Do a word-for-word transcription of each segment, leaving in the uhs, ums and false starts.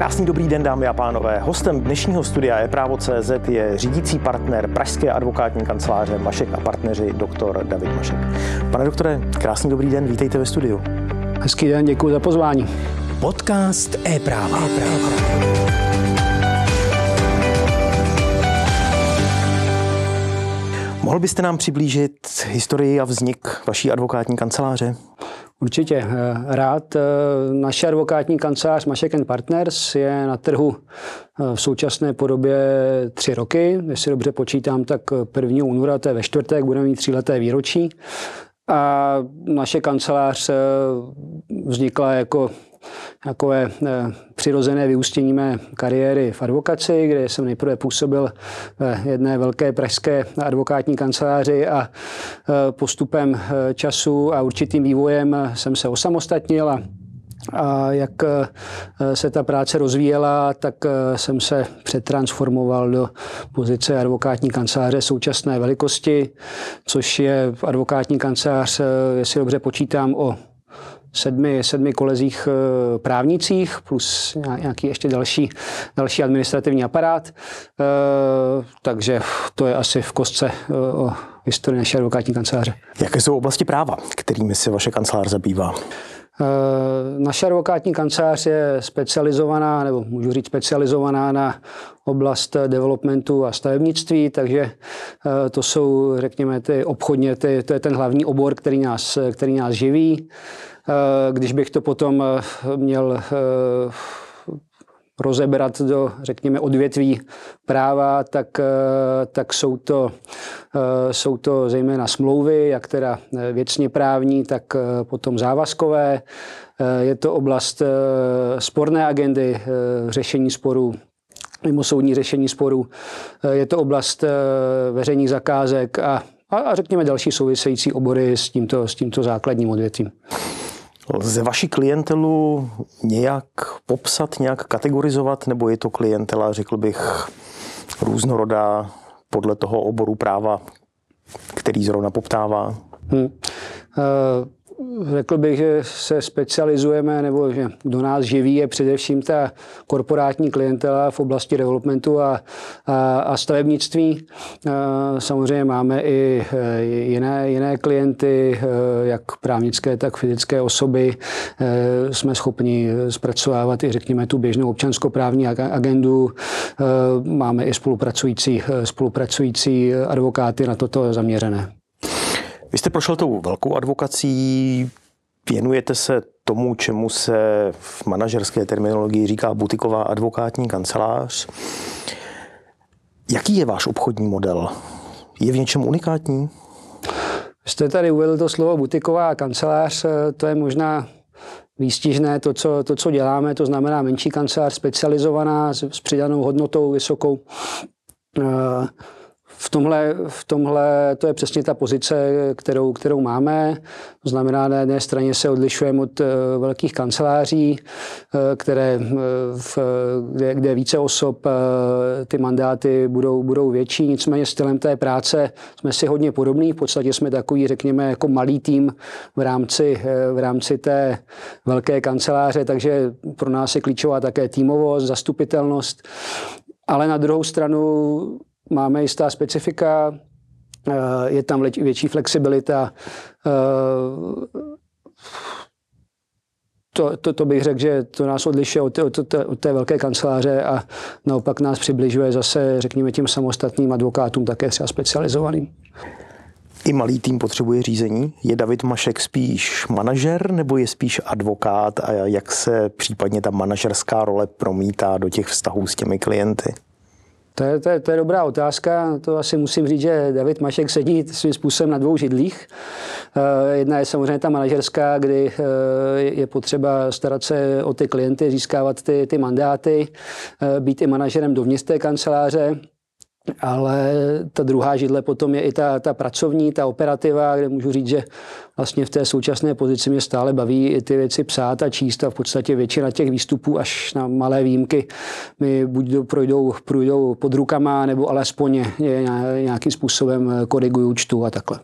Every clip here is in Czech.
Krásný dobrý den, dámy a pánové. Hostem dnešního studia je Právo tečka cé zet je řídící partner pražské advokátní kanceláře Mašek a partneři doktor David Mašek. Pane doktore, krásný dobrý den, vítejte ve studiu. Hezký den, děkuji za pozvání. Podcast e-práva. e-práva. Mohl byste nám přiblížit historii a vznik vaší advokátní kanceláře? Určitě rád. Naše advokátní kancelář Mašek and Partners je na trhu v současné podobě tři roky. Jestli dobře počítám, tak prvního února, to je ve čtvrtek, budeme mít tříleté výročí. A naše kancelář vznikla jako takové přirozené vyústění mé kariéry v advokaci, kde jsem nejprve působil v jedné velké pražské advokátní kanceláři a postupem času a určitým vývojem jsem se osamostatnil a A jak se ta práce rozvíjela, tak jsem se přetransformoval do pozice advokátní kanceláře současné velikosti, což je advokátní kancelář, jestli dobře počítám, o sedmi, sedmi kolezích právnicích plus nějaký ještě další, další administrativní aparát. Takže to je asi v kostce o historii naší advokátní kanceláře. Jaké jsou oblasti práva, kterými se vaše kancelář zabývá? Naše advokátní kancelář je specializovaná, nebo můžu říct specializovaná na oblast developmentu a stavebnictví, takže to jsou, řekněme, ty obchodně, ty, to je ten hlavní obor, který nás, který nás živí. Když bych to potom měl rozebrat do, řekněme, odvětví práva, tak, tak jsou, to, jsou to zejména smlouvy, jak teda věcně právní, tak potom závazkové. Je to oblast sporné agendy, řešení sporů, mimosoudní řešení sporů. Je to oblast veřejných zakázek a, a řekněme další související obory s tímto, s tímto základním odvětvím. Lze vaši klientelu nějak popsat, nějak kategorizovat, nebo je to klientela, řekl bych, různorodá podle toho oboru práva, který zrovna poptává? Hmm. Uh... Řekl bych, že se specializujeme, nebo že do nás živí je především ta korporátní klientela v oblasti developmentu a, a, a stavebnictví. Samozřejmě máme i jiné, jiné klienty, jak právnické, tak fyzické osoby. Jsme schopni zpracovávat i, řekněme, tu běžnou občanskoprávní agendu. Máme i spolupracující, spolupracující advokáty na toto zaměřené. Vy jste prošel tou velkou advokací, věnujete se tomu, čemu se v manažerské terminologii říká butiková advokátní kancelář. Jaký je váš obchodní model? Je v něčem unikátní? Jste tady uvedl to slovo butiková kancelář, to je možná výstižné to, co, to, co děláme, to znamená menší kancelář, specializovaná s, s přidanou hodnotou vysokou. V tomhle, v tomhle to je přesně ta pozice, kterou, kterou máme. To znamená, na jedné straně se odlišujeme od velkých kanceláří, které v, kde, kde více osob, ty mandáty budou, budou větší. Nicméně stylem té práce jsme si hodně podobní. V podstatě jsme takový, řekněme, jako malý tým v rámci, v rámci té velké kanceláře, takže pro nás je klíčová také týmovost, zastupitelnost. Ale na druhou stranu máme jistá specifika, je tam větší flexibilita. To, to, to bych řekl, že to nás odlišuje od té, od, té, od té velké kanceláře a naopak nás přibližuje zase, řekněme, těm samostatným advokátům, také třeba specializovaným. I malý tým potřebuje řízení? Je David Mašek spíš manažer nebo je spíš advokát a jak se případně ta manažerská role promítá do těch vztahů s těmi klienty? To je, to, je, to je dobrá otázka. To asi musím říct, že David Mašek sedí svým způsobem na dvou židlích. Jedna je samozřejmě ta manažerská, kdy je potřeba starat se o ty klienty, získávat ty, ty mandáty, být i manažerem dovnitř té kanceláře. Ale ta druhá židle potom je i ta, ta pracovní, ta operativa, kde můžu říct, že vlastně v té současné pozici mě stále baví i ty věci psát a číst a v podstatě většina těch výstupů až na malé výjimky mi buď projdou, projdou pod rukama, nebo alespoň nějakým způsobem koriguju, čtu a takhle.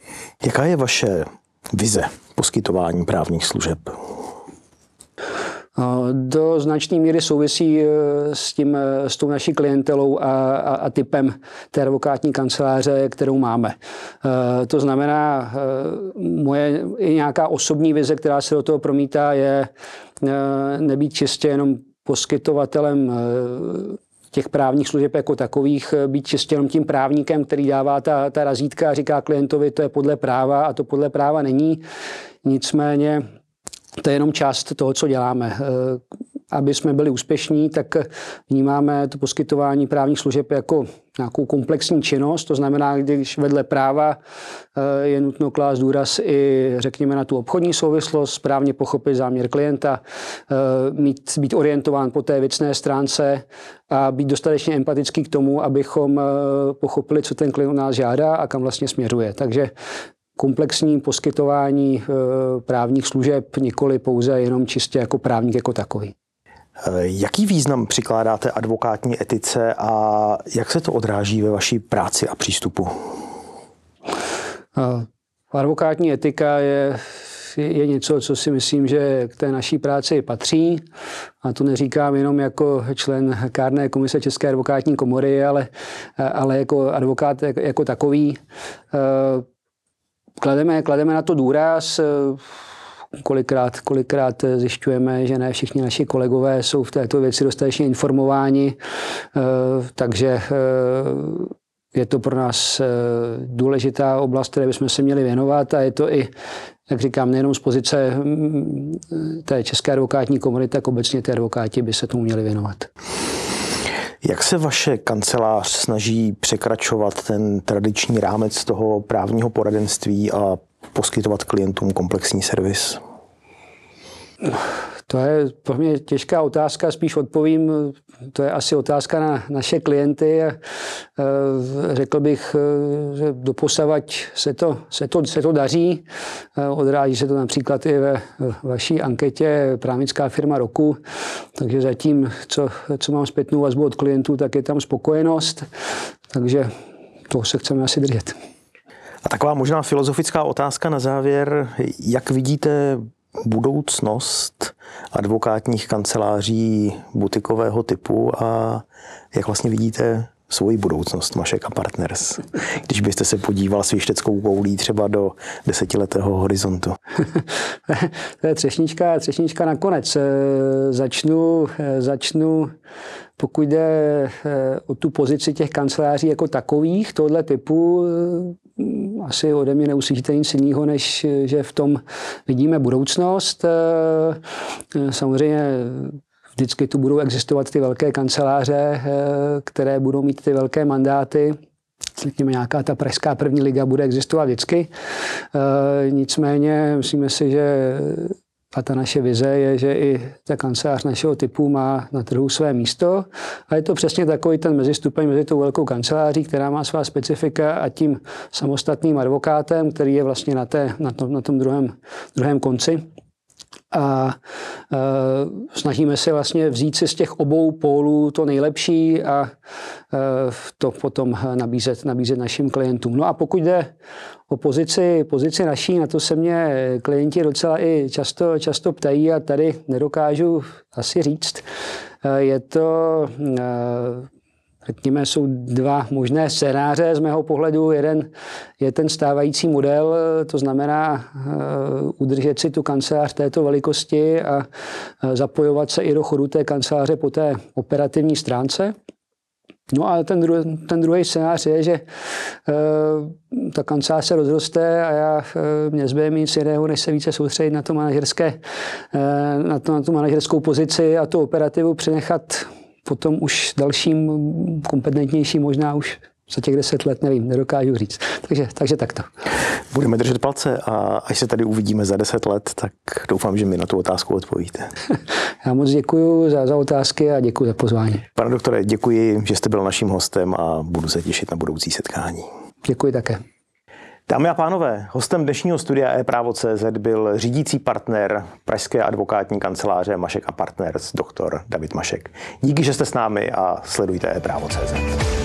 Jaká je vaše vize poskytování právních služeb? Do značné míry souvisí s, tím, s tou naší klientelou a, a, a typem té advokátní kanceláře, kterou máme. To znamená, moje i nějaká osobní vize, která se do toho promítá, je nebýt čistě jenom poskytovatelem těch právních služeb jako takových, být čistě jenom tím právníkem, který dává ta, ta razítka a říká klientovi, to je podle práva a to podle práva není. Nicméně to je jenom část toho, co děláme. Aby jsme byli úspěšní, tak vnímáme to poskytování právních služeb jako nějakou komplexní činnost. To znamená, když vedle práva je nutno klást důraz i, řekněme, na tu obchodní souvislost, správně pochopit záměr klienta, mít, být orientován po té věcné stránce a být dostatečně empatický k tomu, abychom pochopili, co ten klient nás žádá a kam vlastně směřuje. Takže komplexní poskytování právních služeb, nikoli pouze jenom čistě jako právník jako takový. Jaký význam přikládáte advokátní etice a jak se to odráží ve vaší práci a přístupu? Advokátní etika je, je něco, co si myslím, že k té naší práci patří. A to neříkám jenom jako člen kárné komise České advokátní komory, ale, ale jako advokát jako takový. Klademe, klademe na to důraz. Kolikrát, kolikrát zjišťujeme, že ne všichni naši kolegové jsou v této věci dostatečně informováni, takže je to pro nás důležitá oblast, které bychom se měli věnovat a je to i, jak říkám, nejenom z pozice té České advokátní komory, tak obecně ty advokáti by se tomu měli věnovat. Jak se vaše kancelář snaží překračovat ten tradiční rámec toho právního poradenství a poskytovat klientům komplexní servis? To je pro mě těžká otázka, spíš odpovím, to je asi otázka na naše klienty. Řekl bych, že doposavať se to, se to, se to daří. Odráží se to například i ve vaší anketě Právnická firma roku. Takže zatím, co, co mám zpětnou vazbu od klientů, tak je tam spokojenost. Takže toho se chceme asi držet. A taková možná filozofická otázka na závěr. Jak vidíte budoucnost advokátních kanceláří butikového typu a jak vlastně vidíte svoji budoucnost Mašek a Partners, když byste se podíval svišteckou koulí třeba do desetiletého horizontu? To je třešnička, třešnička nakonec. Začnu, začnu, pokud jde o tu pozici těch kanceláří jako takových, tohle typu, asi ode mě neuslyšíte nic jiného, než že v tom vidíme budoucnost. Samozřejmě vždycky tu budou existovat ty velké kanceláře, které budou mít ty velké mandáty. Řekněme, nějaká ta pražská první liga bude existovat vždycky. Nicméně myslíme si, že a ta naše vize je, že i ta kancelář našeho typu má na trhu své místo. A je to přesně takový ten mezistupeň mezi tou velkou kanceláří, která má svá specifika, a tím samostatným advokátem, který je vlastně na, té, na, tom, na tom druhém, druhém konci. A e, snažíme se vlastně vzít si z těch obou pólů to nejlepší a e, to potom nabízet, nabízet našim klientům. No a pokud jde o pozici, pozici naší, na to se mě klienti docela i často, často ptají a tady nedokážu asi říct. E, je to... E, Řekněme, jsou dva možné scénáře z mého pohledu. Jeden je ten stávající model, to znamená udržet si tu kancelář této velikosti a zapojovat se i do chodu té kanceláře po té operativní stránce. No a ten, dru, ten druhý scénář je, že uh, ta kancelář se rozroste a já uh, mě zbývá nic jiného, než se více soustředit na to manažerské, uh, na, to, na tu manažerskou pozici a tu operativu přenechat potom už dalším kompetentnějším, možná už za těch deset let, nevím, nedokážu říct. Takže, takže takto. Budeme držet palce a až se tady uvidíme za deset let, tak doufám, že mi na tu otázku odpovíte. Já moc děkuji za, za otázky a děkuji za pozvání. Pane doktore, děkuji, že jste byl naším hostem a budu se těšit na budoucí setkání. Děkuji také. Dámy a pánové, hostem dnešního studia ePrávo tečka cé zet byl řídící partner pražské advokátní kanceláře Mašek a Partners, doktor David Mašek. Díky, že jste s námi a sledujte ePrávo tečka cé zet.